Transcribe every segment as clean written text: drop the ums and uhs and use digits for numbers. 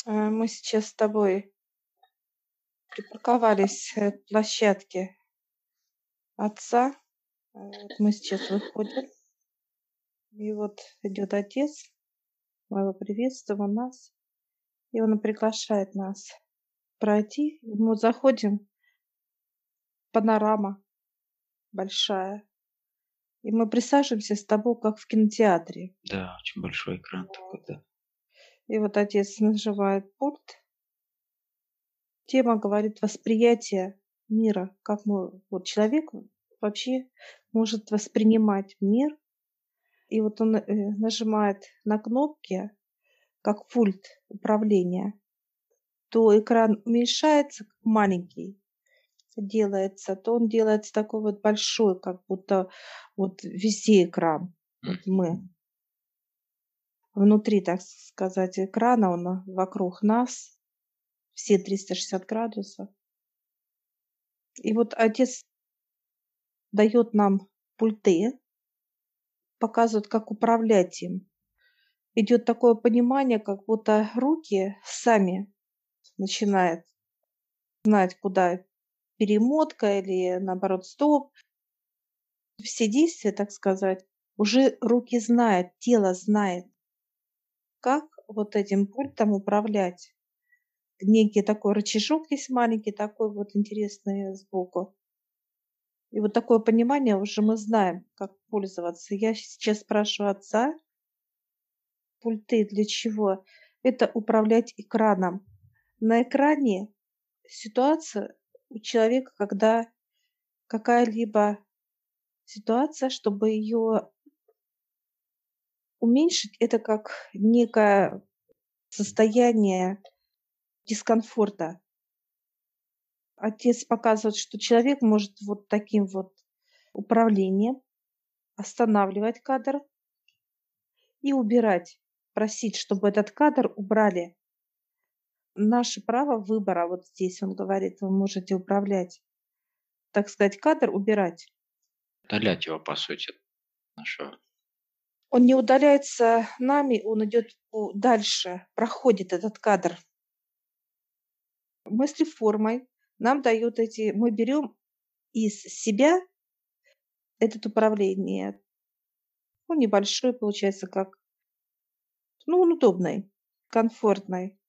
Мы сейчас с тобой припарковались к площадке отца. Вот мы сейчас выходим, и вот идет отец, мы его приветствуем, он нас, и он приглашает нас пройти. И мы вот заходим, панорама большая, и мы присаживаемся с тобой, как в кинотеатре. Да, очень большой экран такой, да. И вот отец нажимает пульт. Тема говорит восприятие мира, как мы, вот человек вообще может воспринимать мир. И вот он нажимает на кнопки, как пульт управления, то экран уменьшается, как маленький делается, то он делается такой вот большой, как будто вот везде экран. Вот М. мы внутри, так сказать, экрана, он вокруг нас, все 360 градусов. И вот отец дает нам пульты, показывает, как управлять им. Идет такое понимание, как будто руки сами начинают знать, куда перемотка или, наоборот, стоп. Все действия, так сказать, уже руки знают, тело знает, как вот этим пультом управлять. Некий такой рычажок есть маленький, такой вот интересный сбоку. И вот такое понимание уже мы знаем, как пользоваться. Я сейчас спрашиваю отца, пульты для чего? Это управлять экраном. На экране ситуация у человека, когда какая-либо ситуация, чтобы ее уменьшить, это как некое состояние дискомфорта. Отец показывает, что человек может вот таким вот управлением останавливать кадр и убирать, просить, чтобы этот кадр убрали. Наше право выбора, вот здесь он говорит, вы можете управлять, так сказать, кадр убирать. Удалять его, по сути, нашего. Он не удаляется нами, он идет дальше, проходит этот кадр. Мыслеформой нам дают эти, мы берем из себя этот управление, ну, небольшой, получается, как, ну, он удобный, комфортный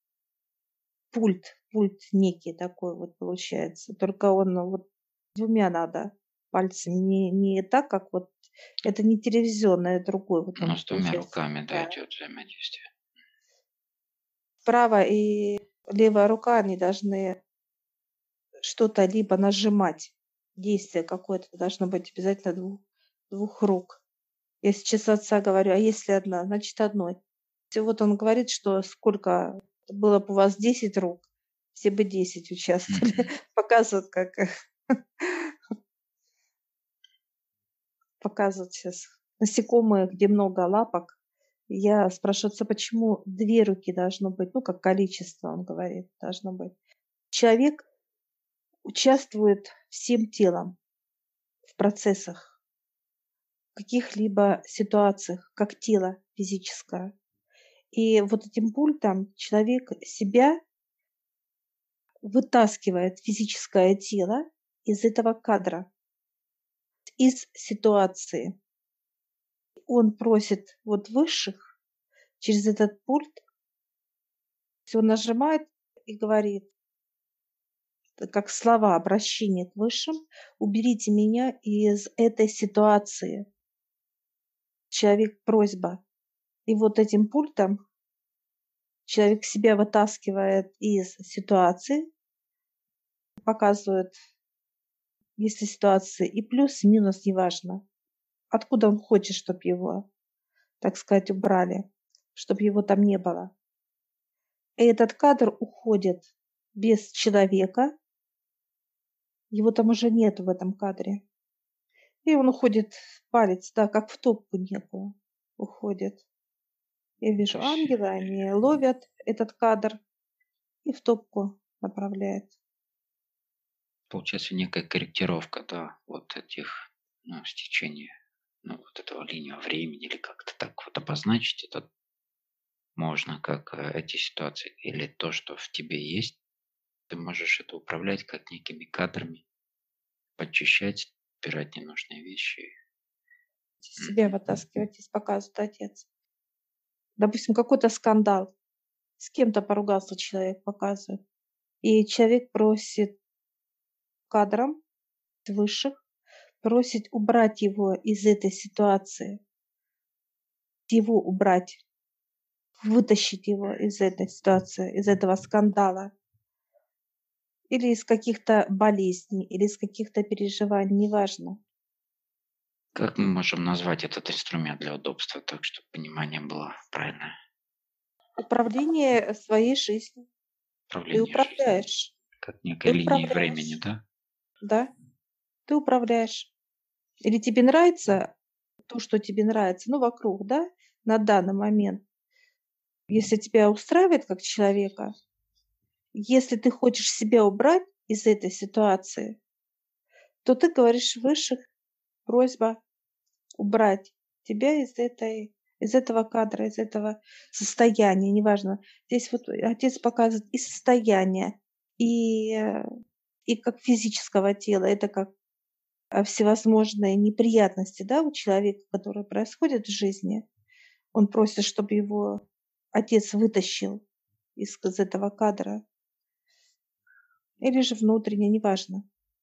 пульт некий такой вот получается. Только он вот двумя надо пальцами, не так, как вот, это не телевизионный, а другой вот Ну, он с двумя получается. руками, да, Да. идет взаимодействие. Правая и левая рука, они должны что-то либо нажимать, действие какое-то должно быть обязательно двух рук. Я сейчас отца говорю: "А если одна?" Значит, одной. И вот он говорит, что сколько было бы у вас 10 рук, все бы 10 участвовали. Мгм. Показывает, как показывает сейчас насекомые, где много лапок. Я спрашиваю отца, почему 2 руки должно быть, ну, как количество, он говорит, должно быть. Человек участвует всем телом в процессах, в каких-либо ситуациях, как тело физическое. И вот этим пультом человек себя вытаскивает, физическое тело, из этого кадра, из ситуации. Он просит вот высших через этот пульт, всё нажимает и говорит, как слова обращения к высшим: "Уберите меня из этой ситуации". Человек просьба. И вот этим пультом человек себя вытаскивает из ситуации, показывает, если ситуации и плюс, и минус, неважно. Откуда он хочет, чтоб его, так сказать, убрали, чтобы его там не было. И этот кадр уходит без человека, его там уже нету в этом кадре. И он уходит, палец, да, как в топку некую уходит. Я То вижу есть, ангелы, они ловят этот кадр и в топку направляют. получается некая корректировка, да, вот этих, ну, стечения, ну, вот этого линия времени или как-то так вот обозначить это можно, как эти ситуации или то, что в тебе есть, ты можешь это управлять как некими кадрами, подчищать, убирать ненужные вещи. Себя Мгм. вытаскивать из показывает отец. Допустим, какой-то скандал. С кем-то поругался человек, показывает. И человек просит кадром высших, просит убрать его из этой ситуации, его убрать, вытащить его из этой ситуации, из этого скандала или из каких-то болезней, или из каких-то переживаний, неважно. Как мы можем назвать этот инструмент для удобства, так чтобы понимание было правильное? Управление своей жизнью. Ты Управление жизнью. управляешь. Как некой Ты линии времени, управляешь. да? Да, ты управляешь. Или тебе нравится то, что тебе нравится, ну, вокруг, да, на данный момент. Если тебя устраивает как человека, если ты хочешь себя убрать из этой ситуации, то ты говоришь высших, просьба убрать тебя из этого кадра, из этого состояния, неважно. Здесь вот отец показывает и состояние, и, и как физического тела, это как всевозможные неприятности, да, у человека, которые происходят в жизни. Он просит, чтобы его отец вытащил из этого кадра. Или же внутренне, неважно.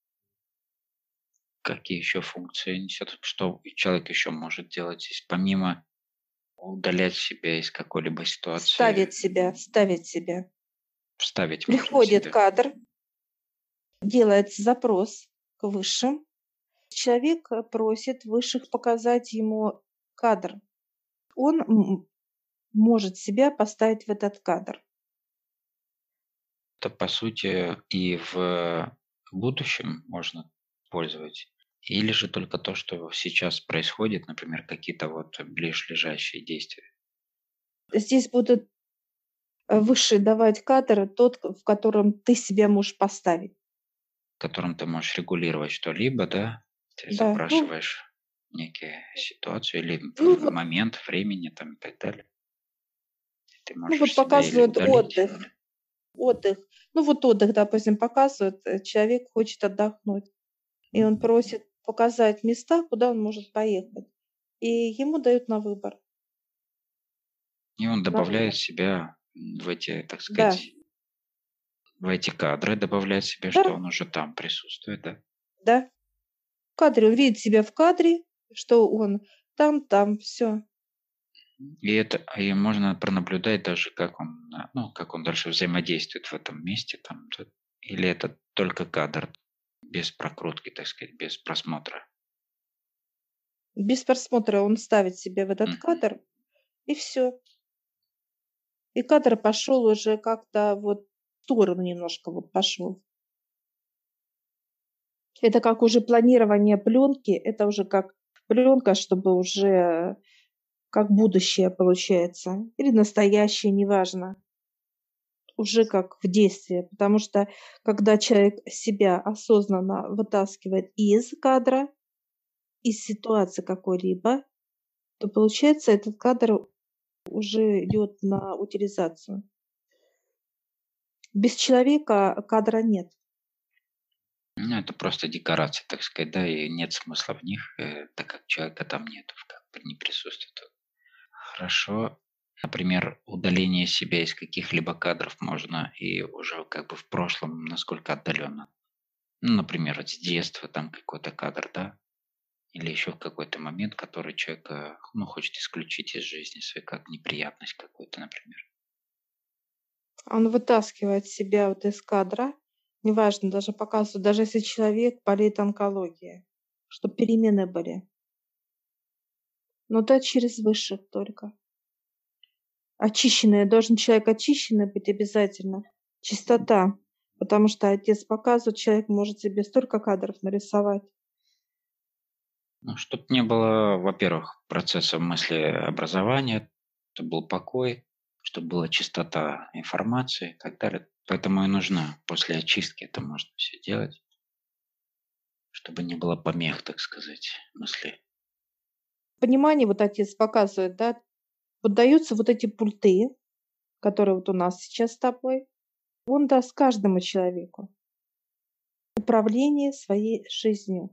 Какие еще функции несет? Что человек еще может делать здесь, помимо удалять себя из какой-либо ситуации, Ставить себя. вставить можно Приходит себя? кадр, делается запрос к высшим. Человек просит высших показать ему кадр. Он может себя поставить в этот кадр. Это, по сути, и в будущем можно пользовать. Или же только то, что сейчас происходит, например, какие-то вот ближлежащие действия, Здесь будут высшие давать кадр, тот, в котором ты себя можешь поставить. которым ты можешь регулировать что-либо, да? Ты Да, ну, запрашиваешь некие ситуацию или ну, момент времени там и так далее. Ты ну вот можешь себя или показывают удалить, отдых, отдых. Ну вот отдых, допустим, показывают, человек хочет отдохнуть, и он просит показать места, куда он может поехать. И ему дают на выбор. и он На добавляет выбор. себя в эти, так Да, сказать, в эти кадры, добавляет себя, да, что он уже там присутствует, да? да. В кадре, он видит себя в кадре, что он там, все. И можно пронаблюдать даже, как он, ну, как он дальше взаимодействует в этом месте, там, да. Или это только кадр, без прокрутки, так сказать, без просмотра. Без просмотра он ставит себя в этот Мгм. кадр, и все. И кадр пошел уже как-то вот в сторону немножко вот пошел. Это как уже планирование пленки, это уже как пленка, чтобы уже как будущее получается или настоящее, неважно, уже как в действии. Потому что когда человек себя осознанно вытаскивает из кадра, из ситуации какой-либо, то получается этот кадр уже идет на утилизацию. Без человека кадра нет. Ну, это просто декорации, так сказать, да, и нет смысла в них, так как человека там нет, как бы не присутствует. Хорошо. Например, удаление себя из каких-либо кадров можно и уже как бы в прошлом, насколько отдаленно. Ну, например, вот с детства там какой-то кадр, да, или еще в какой-то момент, который человек, ну, хочет исключить из жизни своей, как неприятность какую-то, например. Он вытаскивает себя вот из кадра, неважно, даже показывает, даже если человек болеет онкологией, чтобы перемены были. Но это через высших только. Очищенный, должен человек очищенный быть обязательно. Чистота. Потому что отец показывает, человек может себе столько кадров нарисовать. Ну, чтобы не было, во-первых, процесса мыслеобразования, чтобы был покой, чтобы была чистота информации и так далее. Поэтому и нужно после очистки это можно все делать, чтобы не было помех, так сказать, мысли. Понимание вот отец показывает, да, вот даются вот эти пульты, который вот у нас сейчас с тобой, он даст каждому человеку управление своей жизнью.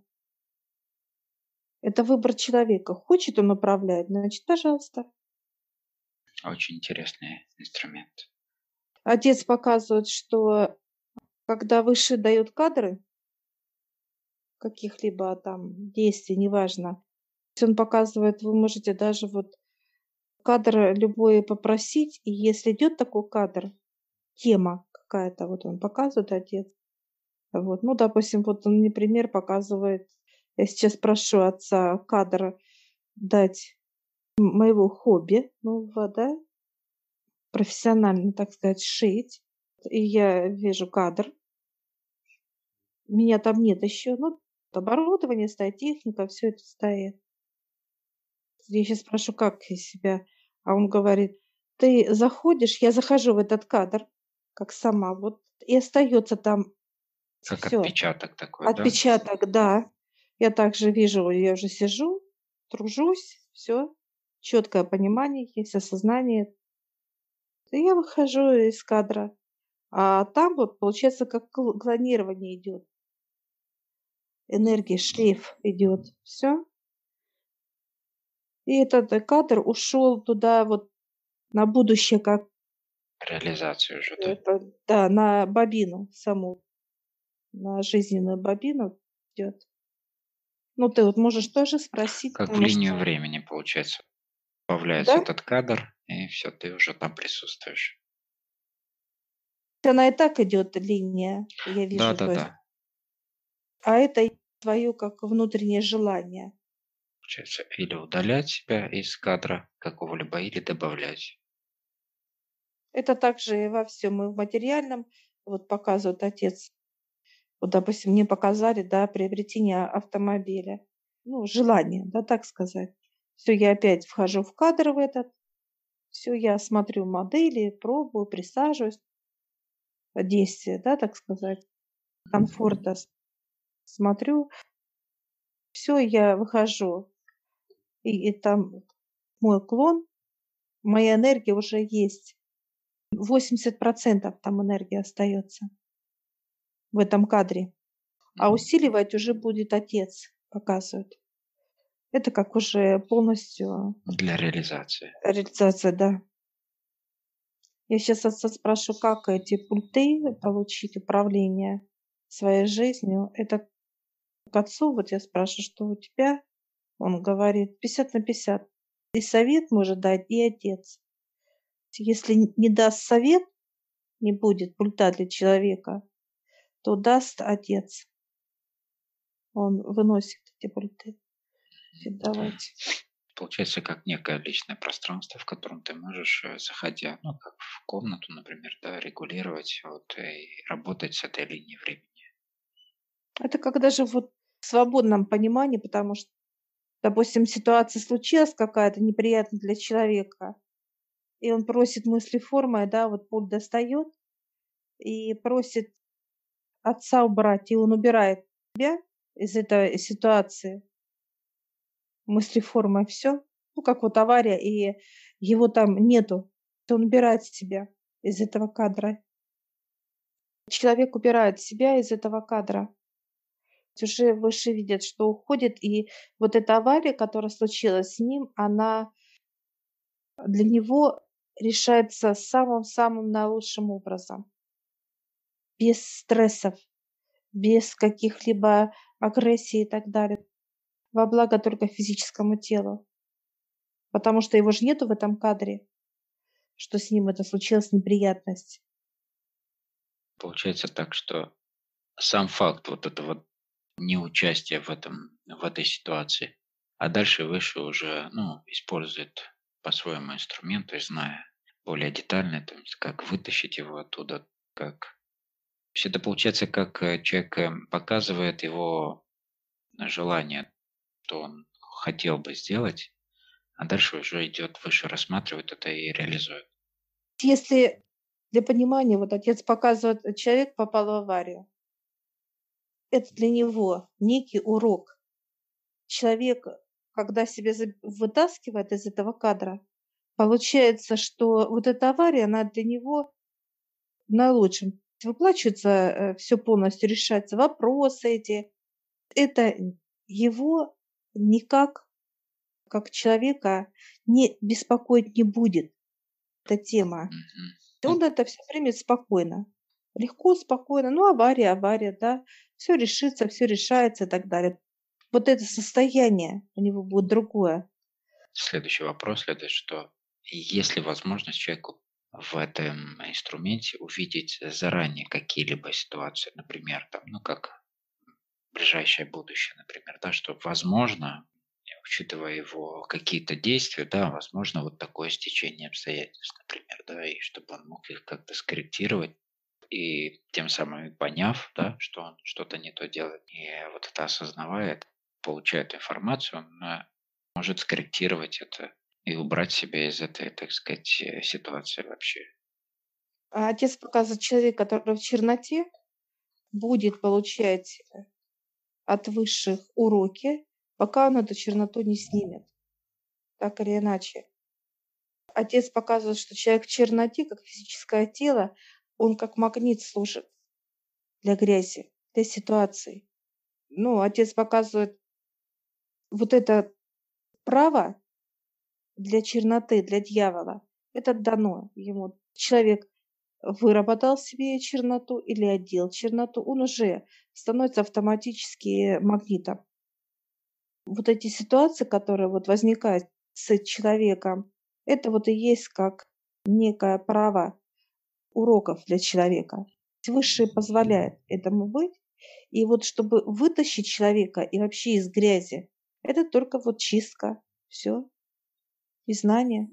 Это выбор человека. Хочет он управлять, значит, пожалуйста. Очень интересный инструмент. Отец показывает, что когда выше дают кадры каких-либо там действий, неважно, то есть он показывает, вы можете даже вот кадр любой попросить, и если идет такой кадр, тема какая-то, вот он показывает, отец. Вот, ну, допустим, вот он мне пример показывает. Я сейчас прошу отца кадр дать моего хобби нового, да, профессионально, так сказать, шить. И я вижу кадр. Меня там нет еще, ну, оборудование стоит, техника, все это стоит. Я сейчас спрошу, как из себя, а он говорит: "Ты заходишь", я захожу в этот кадр, как сама, вот, и остается там Как все. отпечаток такой, да? Отпечаток, да. Я также вижу, я уже сижу, тружусь, все, четкое понимание есть, осознание. И я выхожу из кадра, а там вот получается как клонирование идет, энергия, шлейф идет, все. И этот кадр ушел туда вот на будущее, как Реализацию уже, да? это, да, на бобину саму, на жизненную бобину идет. Ну, ты вот можешь тоже спросить, Как в потому линию что времени, получается. Добавляется да, этот кадр, и все, ты уже там присутствуешь. она и так идет линия, я вижу, то есть, Да-да-да. а это твое как внутреннее желание. Получается, или удалять себя из кадра какого-либо, или добавлять. Это также и во всем, и в материальном. Вот показывает отец. Вот, допустим, мне показали, да, приобретение автомобиля. Ну, желание, да, так сказать. Все, я опять вхожу в кадр в этот, все, я смотрю модели, пробую, присаживаюсь. Действие, да, так сказать, комфорта смотрю. Все, я выхожу, и там мой клон, моя энергия уже есть. 80% там энергии остается в этом кадре, а Мгм. усиливать уже будет отец, показывает. Это как уже полностью Для реализации. реализация, да. Я сейчас отца спрошу, как эти пульты получить, управление своей жизнью. Это к отцу, вот я спрашиваю, что у тебя? Он говорит 50/50. И совет может дать, и отец. Если не даст совет, не будет пульта для человека, то даст отец. Он выносит эти пульты. Давайте. Получается, как некое личное пространство, в котором ты можешь, заходя, ну, как в комнату, например, да, регулировать вот, и работать с этой линией времени. Это когда же вот в свободном понимании, потому что, допустим, ситуация случилась какая-то неприятная для человека, и он просит мыслеформой, да, вот пульт достает и просит отца убрать, и он убирает себя из этой ситуации мыслеформой, все. Ну, как вот авария, и его там нету, то он убирает себя из этого кадра. Человек убирает себя из этого кадра. Уже выше видят, что уходит, и вот эта авария, которая случилась с ним, она для него решается самым-самым наилучшим образом, без стрессов, без каких-либо агрессий и так далее, во благо только физическому телу. Потому что его же нету в этом кадре, что с ним это случилась неприятность. Получается так, что сам факт вот этого неучастия в этой ситуации, а дальше выше уже, ну, использует по-своему инструмент, то есть зная более детально, то есть как вытащить его оттуда, как... То есть это получается, как человек показывает его желание, что он хотел бы сделать, а дальше уже идет выше, рассматривает это и реализует. Если для понимания, вот отец показывает, человек попал в аварию. Это для него некий урок. Человек, когда себя вытаскивает из этого кадра, Получается, что вот эта авария, она для него наилучшим. Выплачивается, все полностью решается, вопросы эти. Это его никак, как человека, не беспокоить не будет, эта тема. Мгм. Ну, Он это все примет спокойно. Легко, спокойно. Ну, авария, авария, да. Все решится, все решается и так далее. Вот это состояние у него будет другое. следующий вопрос следует, что есть ли возможность человеку в этом инструменте увидеть заранее какие-либо ситуации, например, там, ну как ближайшее будущее, например, да, что возможно, учитывая его какие-то действия, да, возможно, вот такое стечение обстоятельств, например, да, и чтобы он мог их как-то скорректировать, и тем самым и поняв, да, что он что-то не то делает, и вот это осознавая, получает информацию, он может скорректировать это и убрать себя из этой, так сказать, ситуации вообще. А отец показывает, человек, который в черноте, будет получать от высших уроки, пока он эту черноту не снимет, так или иначе. Отец показывает, что человек в черноте, как физическое тело, он как магнит служит для грязи, для ситуаций. Ну, отец показывает вот это право для черноты, для дьявола. Это дано ему. Человек выработал себе черноту или одел черноту, он уже становится автоматически магнитом. Вот эти ситуации, которые вот возникают с человеком, это вот и есть как некое право уроков для человека. Высшее позволяет этому быть. И вот чтобы вытащить человека и вообще из грязи, это только вот чистка. Все. И знание.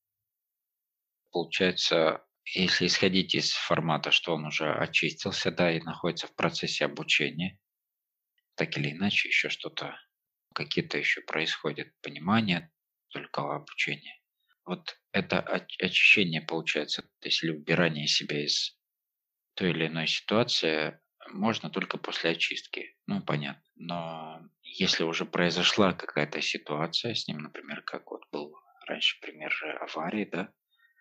Получается, если исходить из формата, что он уже очистился, да, и находится в процессе обучения, так или иначе еще что-то, какие-то еще происходят понимания, только обучение. Вот это очищение получается, то есть или убирание себя из той или иной ситуации можно только после очистки. Ну, понятно. Но если уже произошла какая-то ситуация с ним, например, как вот был раньше пример же аварии, да,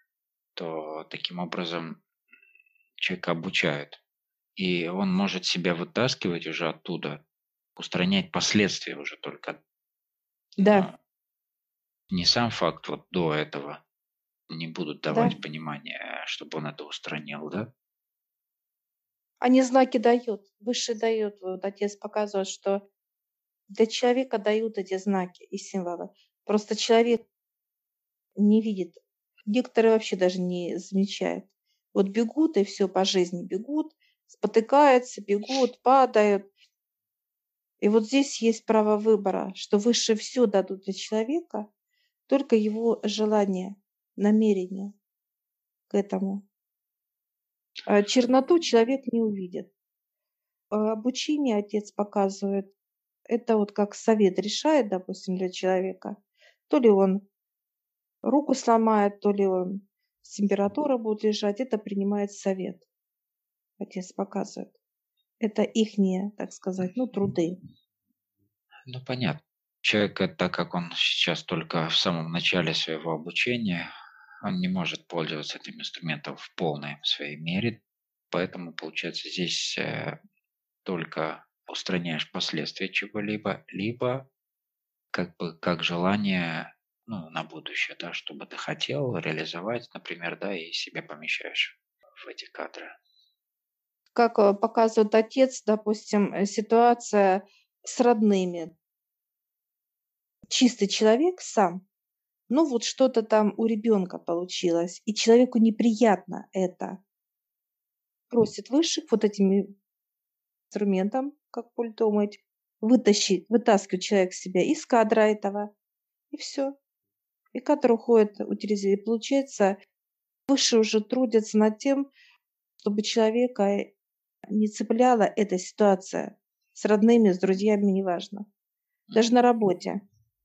то таким образом человека обучают. И он может себя вытаскивать уже оттуда, устранять последствия уже только. Да, Но не сам факт вот до этого не будут да. давать понимания, чтобы он это устранил, да? Они знаки дают, выше дают. Вот отец показывает, что для человека дают эти знаки и символы. Просто человек не видит. Некоторые вообще даже не замечают. Вот бегут и все по жизни бегут, спотыкаются, бегут, падают. И вот здесь есть право выбора, что выше все дадут для человека, только его желание, намерение к этому. А черноту человек не увидит. Обучение отец показывает. Это вот как совет решает, допустим, для человека. То ли он руку сломает, то ли он с температурой будет лежать. Это принимает совет. Отец показывает. Это ихние, так сказать, ну, труды. Ну, понятно. Человек, так как он сейчас только в самом начале своего обучения, он не может пользоваться этим инструментом в полной своей мере. Поэтому, получается, здесь только устраняешь последствия чего-либо, либо как бы как желание, ну, на будущее, да, чтобы ты хотел реализовать, например, да, и себя помещаешь в эти кадры. Как показывает отец, допустим, ситуация с родными. Чистый человек сам, ну вот что-то там у ребенка получилось, и человеку неприятно это. Просит высших вот этим инструментом, как пультом этим, вытаскивает человек себя из кадра этого, и все. И кадр уходит у телевизора. И получается, выше уже трудятся над тем, чтобы человека не цепляла эта ситуация с родными, с друзьями, неважно. Даже на работе.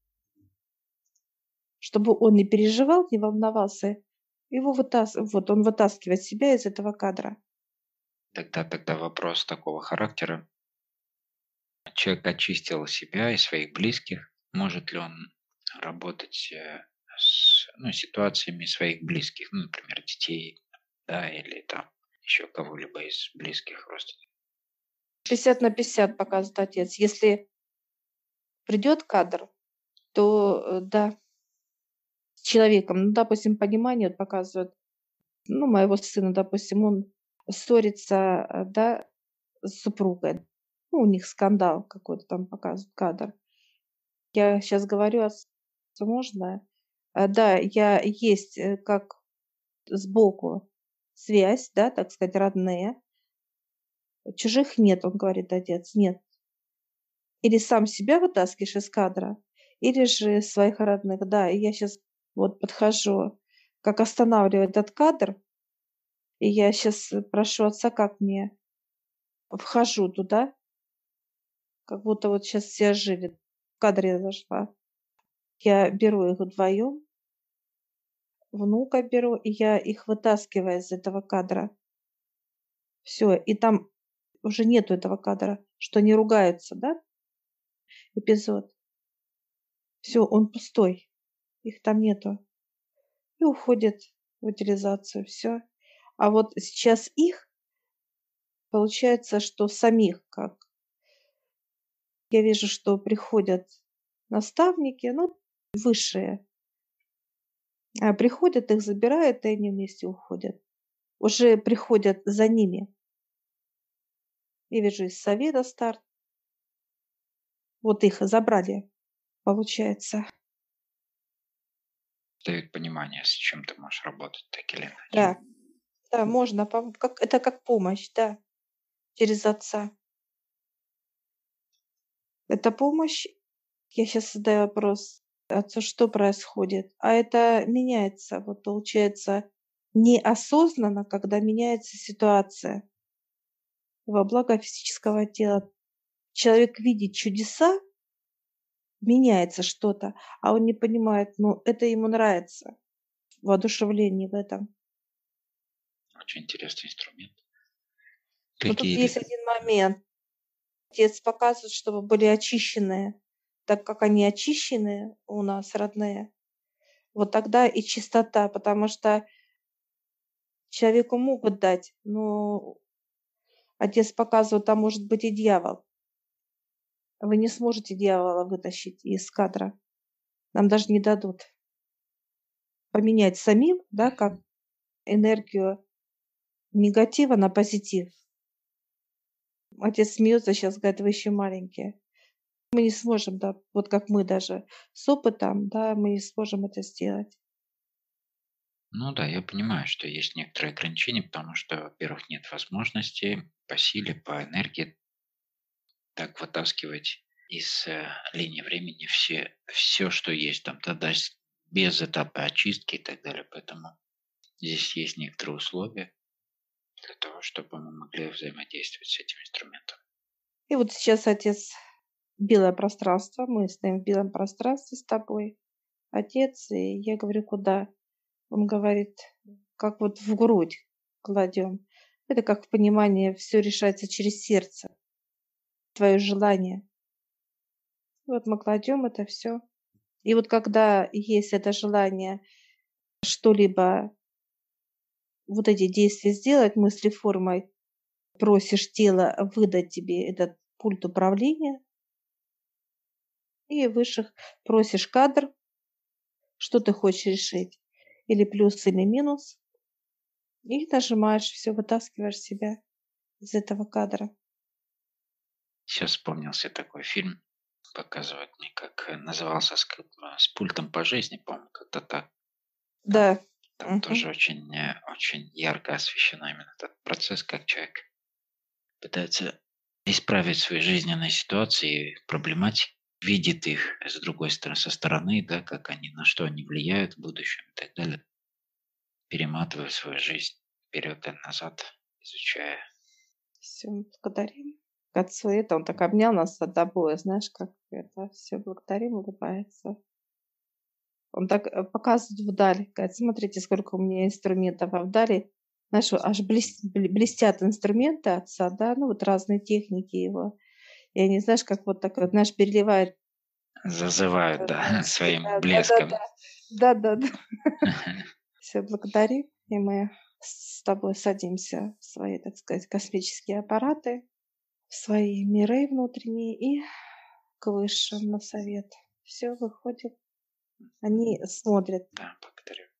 Чтобы он не переживал, не волновался, вот он вытаскивает себя из этого кадра. Тогда вопрос такого характера. Человек очистил себя и своих близких. Может ли он работать с ну, ситуациями своих близких, ну, например, детей, да, или там еще кого-либо из близких родственников. 50/50 показывает отец. Если придет кадр, то, да, с человеком, ну, допустим, понимание вот показывает, ну, моего сына, допустим, он ссорится, да, с супругой. Ну, у них скандал какой-то там показывает кадр. Я сейчас говорю, можно? Да, я есть, как сбоку связь, да, так сказать, родные. Чужих нет, он говорит, отец, нет. Или сам себя вытаскиваешь из кадра, или же своих родных. Да, и я сейчас вот подхожу, как останавливаю этот кадр, и я сейчас прошу отца, как мне вхожу туда, как будто вот сейчас все ожили. В кадре я зашла. Я беру их вдвоем, внука беру, и я их вытаскиваю из этого кадра. Все, и там уже нету этого кадра, что они ругаются, да, эпизод. Все, он пустой, их там нету. И уходит в утилизацию, все. А вот сейчас их, получается, что самих как. Я вижу, что приходят наставники, ну, высшие, приходят, их забирают, и они вместе уходят. Уже приходят за ними. Я вижу из совета старт. Вот их забрали, получается. Дает понимание, с чем ты можешь работать, так или иначе. Да, да, можно, это как помощь, да, через отца. Это помощь. Я сейчас задаю вопрос отцу, что происходит, а это меняется, вот получается, неосознанно, когда меняется ситуация во благо физического тела. Человек видит чудеса, меняется что-то, а он не понимает, ну, это ему нравится, воодушевление в этом. Очень интересный инструмент. Но тут Какие есть один момент. Отец показывает, чтобы были очищенные, так как они очищенные у нас, родные. Вот тогда и чистота, потому что человеку могут дать, но отец показывает, там может быть и дьявол. Вы не сможете дьявола вытащить из кадра. Нам даже не дадут поменять самим, да, как энергию негатива на позитив. Отец смеется сейчас, говорит, вы еще маленькие. Мы не сможем, да, вот как мы даже с опытом, да, мы не сможем это сделать. Ну да, я понимаю, что есть некоторые ограничения, потому что, во-первых, нет возможности по силе, по энергии так вытаскивать из линии времени все, что есть там, да, даже без этапа очистки и так далее. Поэтому здесь есть некоторые условия для того, чтобы мы могли взаимодействовать с этим инструментом. И вот сейчас отец белое пространство, мы стоим в белом пространстве с тобой, отец, и я говорю, куда? Он говорит, как вот в грудь кладем. Это как в понимании, все решается через сердце, твое желание. Вот мы кладем это все. И вот когда есть это желание что-либо, вот эти действия сделать, мы с реформой просишь тело выдать тебе этот пульт управления, и высших просишь кадр, что ты хочешь решить, или плюс, или минус, и нажимаешь, все вытаскиваешь себя из этого кадра. Сейчас вспомнился такой фильм, показывают мне, как назывался с пультом по жизни, по-моему, как-то так. Там, Да. там Мгм. тоже очень ярко освещено именно этот процесс, как человек пытается исправить свои жизненные ситуации, проблематики, видит их с другой стороны, со стороны, да, как они, на что они влияют в будущем и так далее, перематывая свою жизнь вперед и назад, изучая. Всё, благодарим. К отцу это он так обнял нас с тобой, знаешь, как это, все благодарим, улыбается. Он так, показывает вдаль, говорит: "Смотрите, сколько у меня инструментов". А вдали, знаешь, аж блестят инструменты отца, да, ну, вот разные техники его. И они, знаешь, как вот так вот, знаешь, переливают Зазывают, да, своим блеском. Да-да-да. Да-да-да. Всё, благодарим, и мы с тобой садимся в свои, так сказать, космические аппараты, в свои миры внутренние и к высшим на совет. Все выходит. Они смотрят. Да, благодарю.